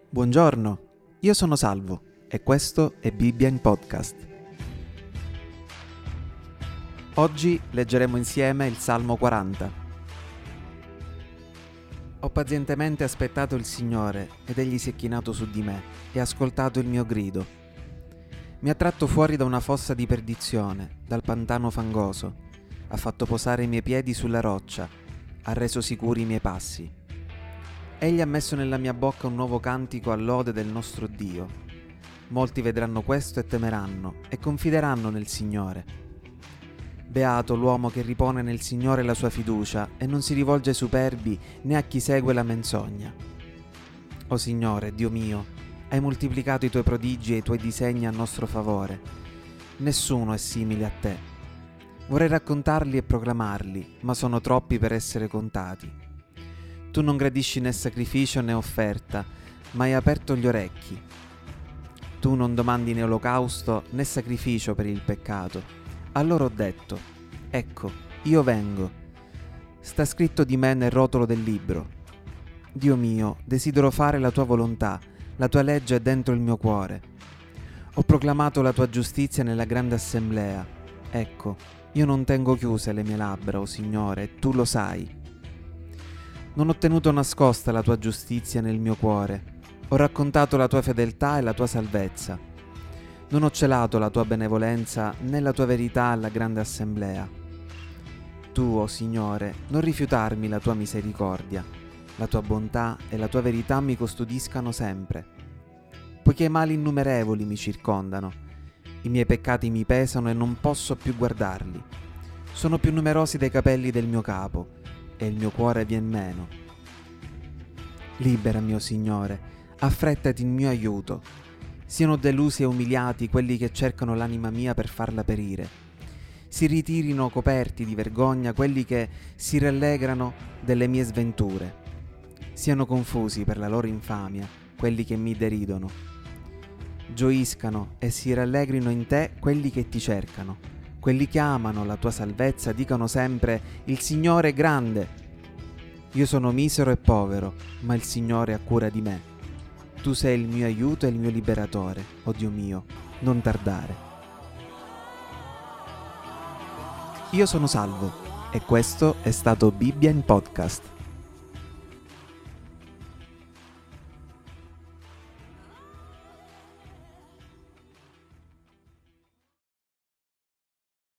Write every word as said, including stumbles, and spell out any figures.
Buongiorno, io sono Salvo e questo è Bibbia in Podcast. Oggi leggeremo insieme il Salmo quaranta. Ho pazientemente aspettato il Signore ed Egli si è chinato su di me e ha ascoltato il mio grido. Mi ha tratto fuori da una fossa di perdizione, dal pantano fangoso, ha fatto posare i miei piedi sulla roccia, ha reso sicuri i miei passi. Egli ha messo nella mia bocca un nuovo cantico a lode del nostro Dio. Molti vedranno questo e temeranno e confideranno nel Signore. Beato l'uomo che ripone nel Signore la sua fiducia e non si rivolge ai superbi né a chi segue la menzogna. O Signore, Dio mio, hai moltiplicato i tuoi prodigi e i tuoi disegni a nostro favore. Nessuno è simile a te. Vorrei raccontarli e proclamarli, ma sono troppi per essere contati. Tu non gradisci né sacrificio né offerta, ma hai aperto gli orecchi. Tu non domandi né olocausto né sacrificio per il peccato. Allora ho detto, ecco, io vengo. Sta scritto di me nel rotolo del libro. Dio mio, desidero fare la tua volontà, la tua legge è dentro il mio cuore. Ho proclamato la tua giustizia nella grande assemblea. Ecco, io non tengo chiuse le mie labbra, o Signore, e tu lo sai. Non ho tenuto nascosta la tua giustizia nel mio cuore. Ho raccontato la tua fedeltà e la tua salvezza. Non ho celato la tua benevolenza né la tua verità alla grande assemblea. Tu, o Signore, non rifiutarmi la tua misericordia. La tua bontà e la tua verità mi custodiscano sempre. Poiché mali innumerevoli mi circondano, i miei peccati mi pesano e non posso più guardarli. Sono più numerosi dei capelli del mio capo e il mio cuore vien meno. Liberami, o Signore, affrettati in mio aiuto. Siano delusi e umiliati quelli che cercano l'anima mia per farla perire. Si ritirino coperti di vergogna quelli che si rallegrano delle mie sventure. Siano confusi per la loro infamia quelli che mi deridono. Gioiscano e si rallegrino in te quelli che ti cercano. Quelli che amano la tua salvezza dicano sempre: il Signore è grande. Io sono misero e povero, ma il Signore ha cura di me. Tu sei il mio aiuto e il mio liberatore, o Dio mio, non tardare. Io sono Salvo e questo è stato Bibbia in Podcast.